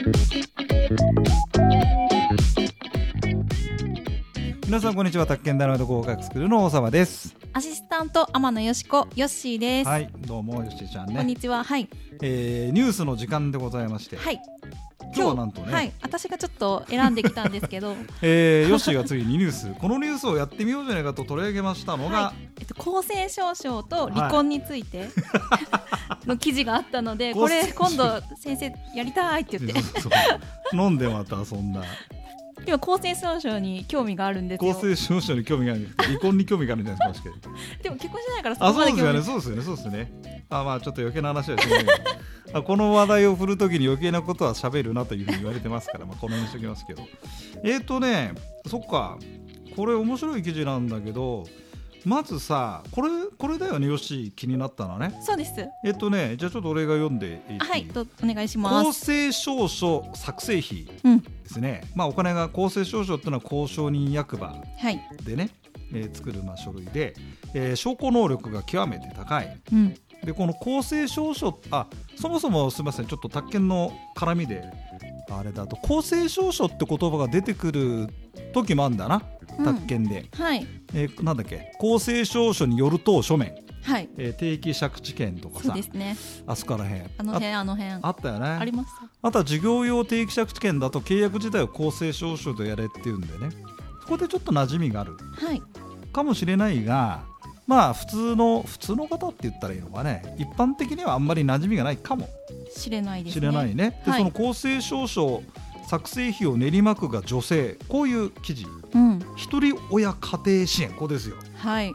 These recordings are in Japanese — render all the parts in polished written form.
皆さんこんにちは。宅建ダイナマイト合格スクールの大沢です。 アシスタント天野よしこよっしーです。 はい、どうもよっしーちゃんね。 こんにちは。はい、 ニュースの時間でございまして、 はい、 今日はなんとね、 はい、私がちょっと選んできたんですけどよっしーがついにニュースこのニュースをやってみようじゃないかと取り上げましたのが、 はい、公正証書と離婚について、の記事があったので、これ今度先生やりたいって言ってそう飲んでまたそんな今公正証書に興味があるんですよ。 公正証書に興味があるんですけど離婚に興味があるんじゃないですか。 でも結婚しないからそこまで興味。 そうですよね。まあちょっと余計な話はしないけどこの話題を振るときに余計なことは喋るなというふうに言われてますから、この辺にしておきますけど、そっか、これ面白い記事なんだけど、まずさ、これだよね。よし気になったのはね。 そうです。 じゃあちょっと俺が読んでいい？ はい、お願いします。 公正証書作成費ですね。お金が公正証書っていうのは公証人役場でね、作る書類で、証拠能力が極めて高い、でこの公正証書、そもそもすみません、ちょっと宅建の絡みであれだと、公正証書って言葉が出てくる時もあるんだな、宅建で、なんだっけ、公正証書によると書面、定期借地権とかさ、 そうですね、 あそこら辺あの辺あったよね。 あります。 あとは事業用定期借地権だと契約自体を公正証書でやれっていうんでね、そこでちょっと馴染みがある、かもしれないが、普通の方って言ったらいいのかね、一般的にはあんまり馴染みがないかもしれないですね。 で、その公正証書作成費を練り巻くが女性、こういう記事、一人親家庭支援、ここですよ。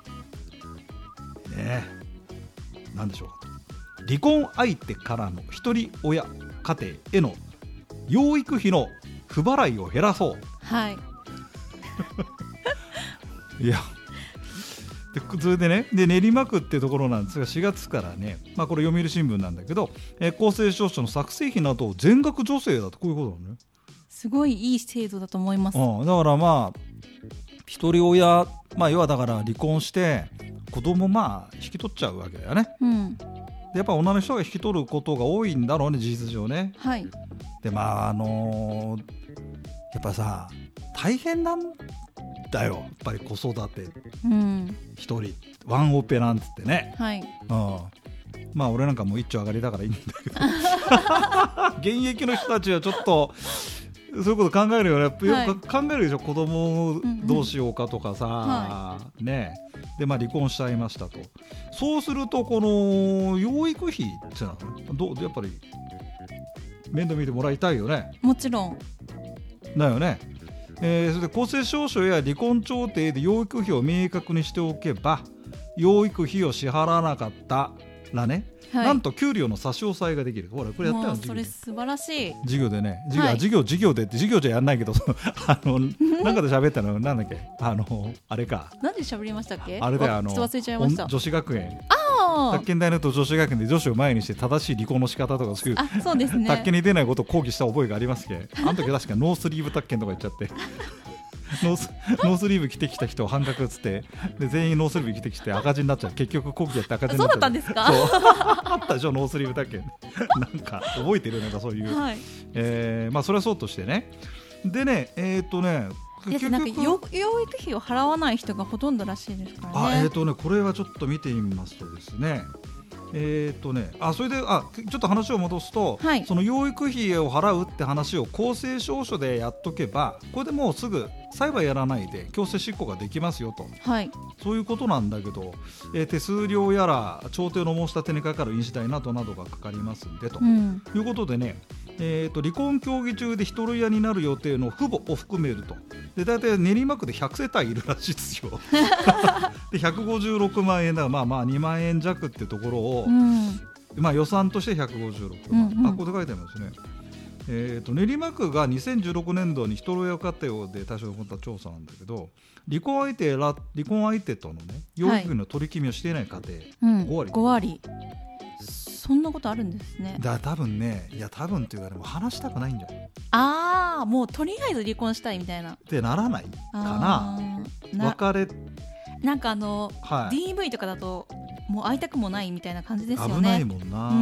何でしょうかと。離婚相手からの一人親家庭への養育費の不払いを減らそう。いやでそれでね、練り巻くっていうところなんですが、4月からね、これ読売新聞なんだけど、公正証書の作成費などを全額助成だと、こういうことだね。 すごいいい制度だと思います。 だから一人親、要はだから離婚して子供引き取っちゃうわけだよね。でやっぱ女の人が引き取ることが多いんだろうね、事実上ね。でやっぱさ、大変なんだよ、やっぱり子育て、一人ワンオペなんつってね。俺なんかもう一丁上がりだからいいんだけど現役の人たちはちょっとそういうこと考えるよね。よく考えるでしょ、子供をどうしようかとかさ、で離婚しちゃいましたと。そうするとこの養育費ってのはやっぱり面倒見てもらいたいよね。 もちろんだよね。それで公正証書や離婚調停で養育費を明確にしておけば、養育費を支払わなかったらね、なんと給料の差し押さえができる。ほらこれやったよ。 それ素晴らしい。 授業でね、授業でって、授業じゃやんないけどなんかで喋ったのなんだっけ、あれか、 何で喋りましたっけ。 あれでちょっと忘れちゃいました。 女子学園、宅建大のと女子学園で女子を前にして正しい離婚の仕方とかそういう、 そうですね、 宅建に出ないことを講義した覚えがありますけど、あの時確かノースリーブ宅建とか言っちゃってノースリーブ着てきた人を半額っつって、で全員ノースリーブ着てきて赤字になっちゃう。結局講義やって赤字になっちゃう。 そうだったんですか。 あったでしょ、ノースリーブ宅建なんか覚えてる、なんかそういう、それはそうとしてね。でね、結局なんか養育費を払わない人がほとんどらしいですからね。 これはちょっと見てみますとですね、それでちょっと話を戻すと、その養育費を払うって話を公正証書でやっとけば、これでもうすぐ裁判やらないで強制執行ができますよと、そういうことなんだけど、手数料やら調停の申し立てにかかる印紙代などなどがかかりますんでと、いうことでね、離婚協議中で一人親になる予定の父母を含めると、で大体練馬区で100世帯いるらしいですよで156万円だから、2万円弱ってところを、予算として156万、ここで書いてありますね。練馬区が2016年度に一人親家庭で対象に行った調査なんだけど、離婚相手とのね、養育費の取り決めをしていない家庭、5割。 そんなことあるんですね。 多分ね、多分っていうか、でも話したくないんじゃない。 もうとりあえず離婚したいみたいなってならないかな。別れなんかDV とかだともう会いたくもないみたいな感じですよね。 危ないもんな、 うんうん、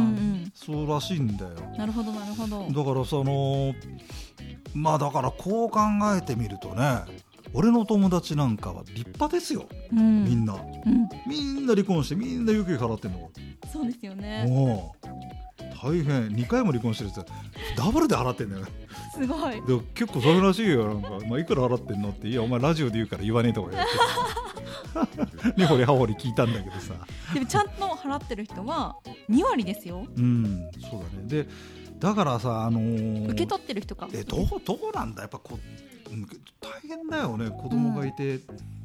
そうらしいんだよ。 なるほどなるほど。 だからまあだからこう考えてみるとね、俺の友達なんかは立派ですよ、みんな、みんな離婚してみんな有給払ってんの。 そうですよね。 もう大変、2回も離婚してるってダブルで払ってんだよ。 すごい。 でも結構それらしいよ。なんか、まあ、いくら払ってんのって、いやお前ラジオで言うから言わねえとか言って根掘り葉掘り聞いたんだけどさ、 でもちゃんと払ってる人は2割ですよ。 そうだね。でだからさ、 受け取ってる人か。 どうなんだ、やっぱ大変だよね、子供がいて、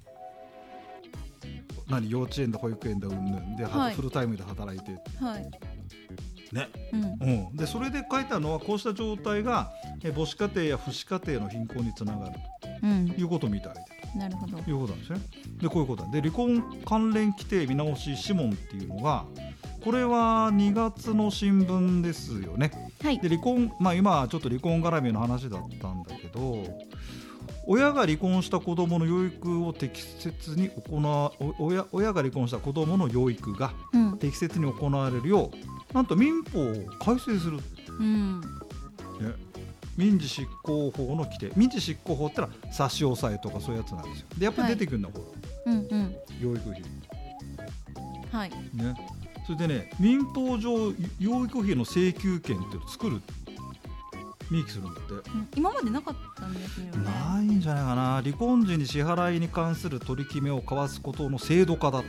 幼稚園で保育園でうんぬんで、フルタイムで働いて、ね、でそれで書いたのは、こうした状態が母子家庭や父子家庭の貧困につながるということみたいで、 なるほど、 いうことなんですね。でこういうことで、離婚関連規定見直し諮問っていうのが、これは2月の新聞ですよね。で離婚、今はちょっと離婚絡みの話だったんだけど、親が離婚した子どもの養育を適切に親が離婚した子どもの養育が適切に行われるよう、なんと民法を改正する、民事執行法の規定。民事執行法ってのは差し押さえとかそういうやつなんですよ。でやっぱり出てくるんだ、養育費、それでね、民法上養育費の請求権っていうのを作る、明記するんだって、 今までなかったんですよね。 ないんじゃないかな。離婚時に支払いに関する取り決めを交わすことの制度化だって、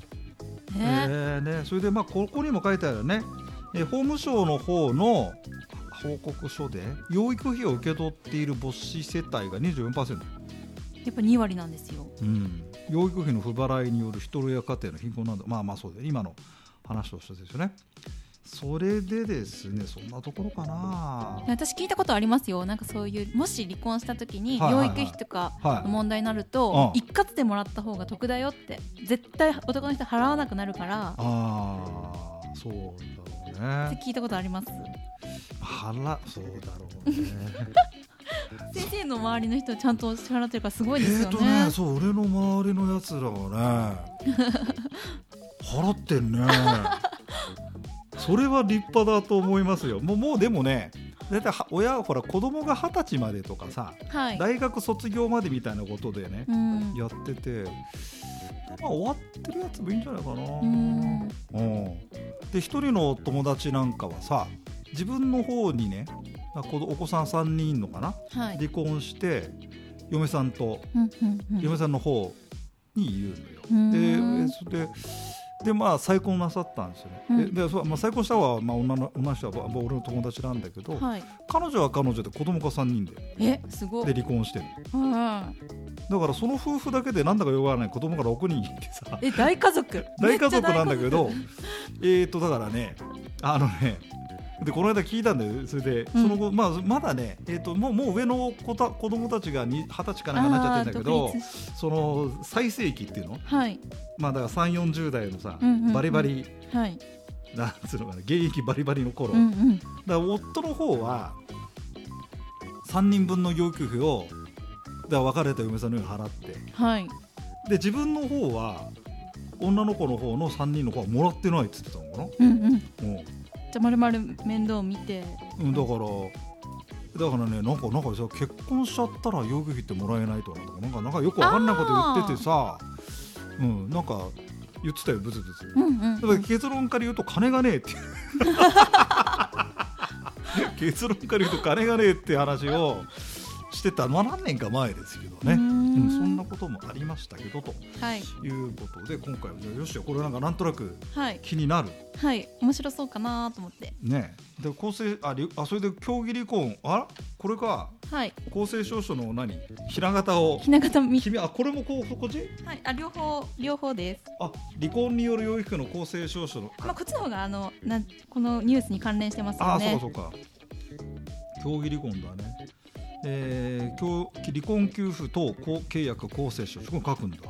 それでここにも書いてあるよね。法務省の方の報告書で、養育費を受け取っている母子世帯が 24%、 やっぱ2割なんですよ。 養育費の不払いによる一人親家庭の貧困など、そうで今の話をしたですよね。それでですね、そんなところかな。 私聞いたことありますよ。なんかそういう、もし離婚した時に養育費とかの問題になると、一括でもらった方が得だよって、絶対男の人払わなくなるから。 そうだろうねって聞いたことあります。 そうだろうね先生の周りの人ちゃんと支払ってるからすごいですよね。 そう俺の周りのやつらはね払ってんねそれは立派だと思いますよ。もうでもね、だいたい親はほら子供が20歳までとかさ、大学卒業までみたいなことでね、やってて、終わってるやつもいいんじゃないかな。で一人の友達なんかはさ、自分の方にね、お子さん3人いるのかな、離婚して嫁さんと、嫁さんの方にいるのよ。それで再婚なさったんですよね。で再婚した方は、女の人は俺の友達なんだけど、彼女は彼女で子供が3人ですごいで離婚してる。だからその夫婦だけでなんだかよくわからない子供が6人いてさ、 大家族大家族なんだけどだからね、でこの間聞いたんだよ。それでその後、まだね、もう上の子供たちが20歳かなんかなっちゃってるんだけど、その最盛期っていうの、だから3、40代のさ、バリバリ、なんつうのかな、現役バリバリの頃、だから夫の方は3人分の養育費を別れた嫁さんのように払って、で自分の方は女の子の方の3人の方はもらってないって言ってたのかな。 じゃあ丸々面倒を見て、 だからね、なんかさ、結婚しちゃったら養育費ってもらえないとかなんかよくわかんないこと言っててさ、なんか言ってたよ、ブツブツ。だから結論から言うと金がねえって結論から言うと金がねえって話をしてた何年か前ですけどね。そんなこともありましたけどと、いうことで、今回はよしよ、これなんとなく気になる、 面白そうかなと思ってね。でそれで協議離婚、これか、公正証書のひな形を、これもこっち、 両方です。 離婚による養育費の公正証書の、 こっちの方がこのニュースに関連してますよね。 そうか協議離婚だね。離婚給付等契約公正書、書くんだ。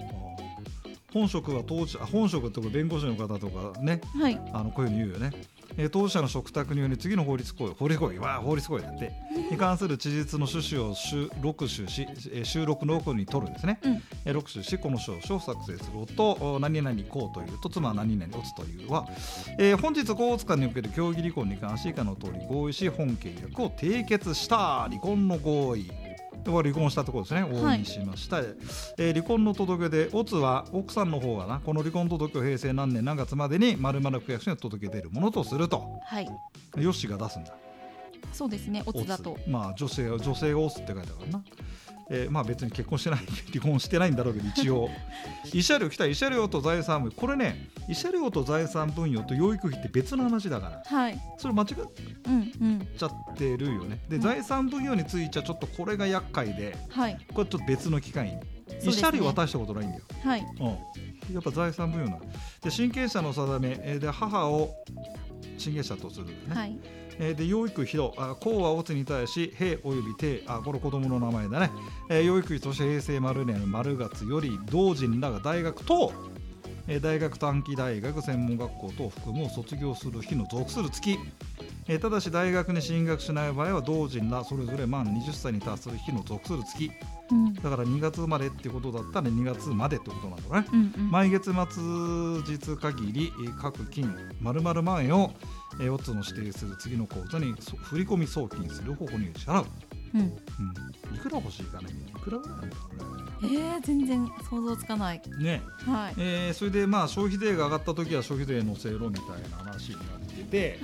本職は本職とか弁護士の方とかね、こういうの言うよね。 当事者の嘱託により次の法律行為だってに関する知実の趣旨を録取し、収録の奥に取るんですね、録取しこの証書を作成すると何々こうというと妻は何々おつというは、本日皇室間における協議離婚に関し以下の通り合意し本契約を締結した離婚の合意、離婚したところですね、合意しました、離婚の届け出、オツは奥さんの方がなこの離婚届を平成何年何月までに〇〇区役所に届け出るものとすると、ヨッシーが出すんだ。 そうですね、オツだと、 女性がオツって書いてあるからな、別に結婚してない離婚してないんだろうけど一応慰謝料来た、慰謝料と財産分、これね慰謝料と財産分与と養育費って別の話だから、それ間違っちゃってるよね、で財産分与についてはちょっとこれが厄介で、これちょっと別の機会に慰謝料渡したことないんだよ、やっぱ財産分与なで親権者の定めで母を親権者とするね、で養育費と公はオツに対し兵および帝、これ子供の名前だね、養育費として平成丸年丸月より同人らが大学等、大学短期大学専門学校等を含む卒業する日の属する月、ただし大学に進学しない場合は同人らそれぞれ満20歳に達する日の属する月、だから2月生まれってことだったら2月までってことなんだね、毎月末日限り各金〇〇万円をオツの指定する次の口座に振り込み送金する方法に支払う、いくら欲しいかね、いくらぐらいなんだろうね、 全然想像つかないね、それで消費税が上がった時は消費税のせろみたいな話になってて、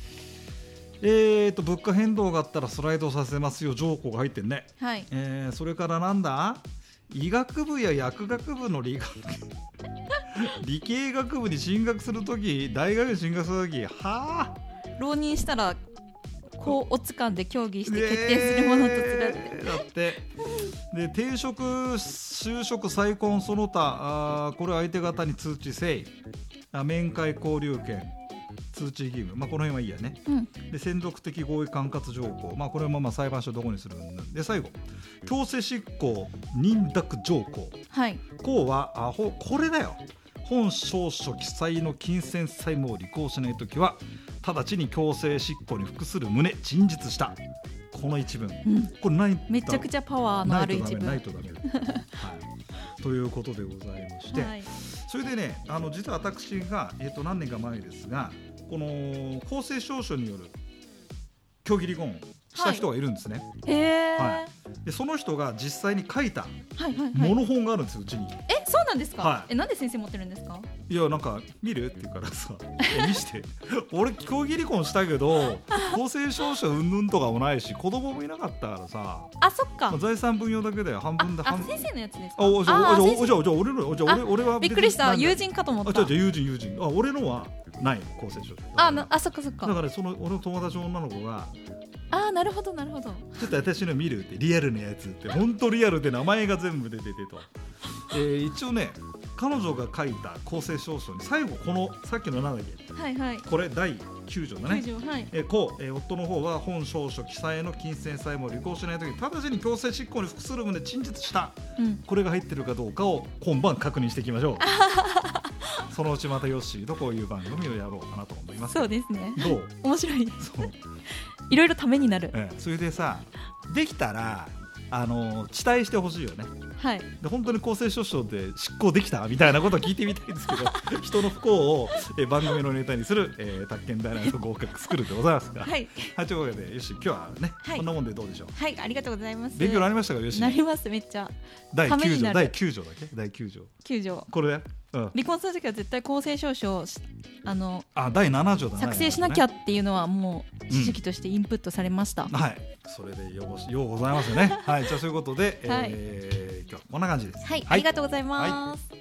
物価変動があったらスライドさせますよ条項が入ってるね、それからなんだ医学部や薬学部の理系学部に進学するとき、大学に進学するとき、 浪人したらこうオツ間で協議して決定するものとするだってで転職就職再婚その他これ相手方に通知せい、面会交流権通知義務、この辺はいいやね、で専属的合意管轄条項、これも裁判所どこにするんで、最後強制執行認諾条項、こうはこれだよ、本証書記載の金銭債務を履行しないときは直ちに強制執行に服する旨陳述した、この一文、これないめちゃくちゃパワーのある一文ないとダメということでございまして、それでね実は私が、何年か前ですがこの公正証書による協議離婚した人がいるんですね、でその人が実際に書いたモノ本があるんですよ、うちに。 そうなんですか、なんで先生持ってるんですか。 いやなんか見るって言うからさ見して俺協議離婚したけど公正証書うんぬんとかもないし子供もいなかったからさ、 そっか、 財産分与だけで半分で先生のやつですか。 じゃあ俺はびっくりした、友人かと思った。 友人俺のはない公正証書。 そっかそっか。 だから俺の友達の女の子がなるほどなるほど、 ちょっと私の見るってリアルなやつって本当リアルで名前が全部出ててと、一応ね彼女が書いた公正証書に最後このさっきの何だっけ、これ第9条だね、夫の方は本証書記載の金銭債務を履行しないとき直ちに強制執行に服する旨陳述した、これが入ってるかどうかを今晩確認していきましょうそのうちまたヨッシーとこういう番組をやろうかなと思います。 そうですね、 どう面白いいろいろためになる、 それでさできたら期待してほしいよね、で本当に公正証書で執行できたみたいなことを聞いてみたいんですけど人の不幸を番組のネタにする、宅建ダイナの合格スクールでございますが、というわけでよし今日はね、こんなもんでどうでしょう。 ありがとうございます。 勉強になりましたか。よしなります、めっちゃ第9条だっけ、第9条これ離婚するときは絶対公正証書を第7条だね、 作成しなきゃっていうのはもう知識としてインプットされました、 それでようございますよねじゃあそういうことで、今日はこんな感じです。 ありがとうございます。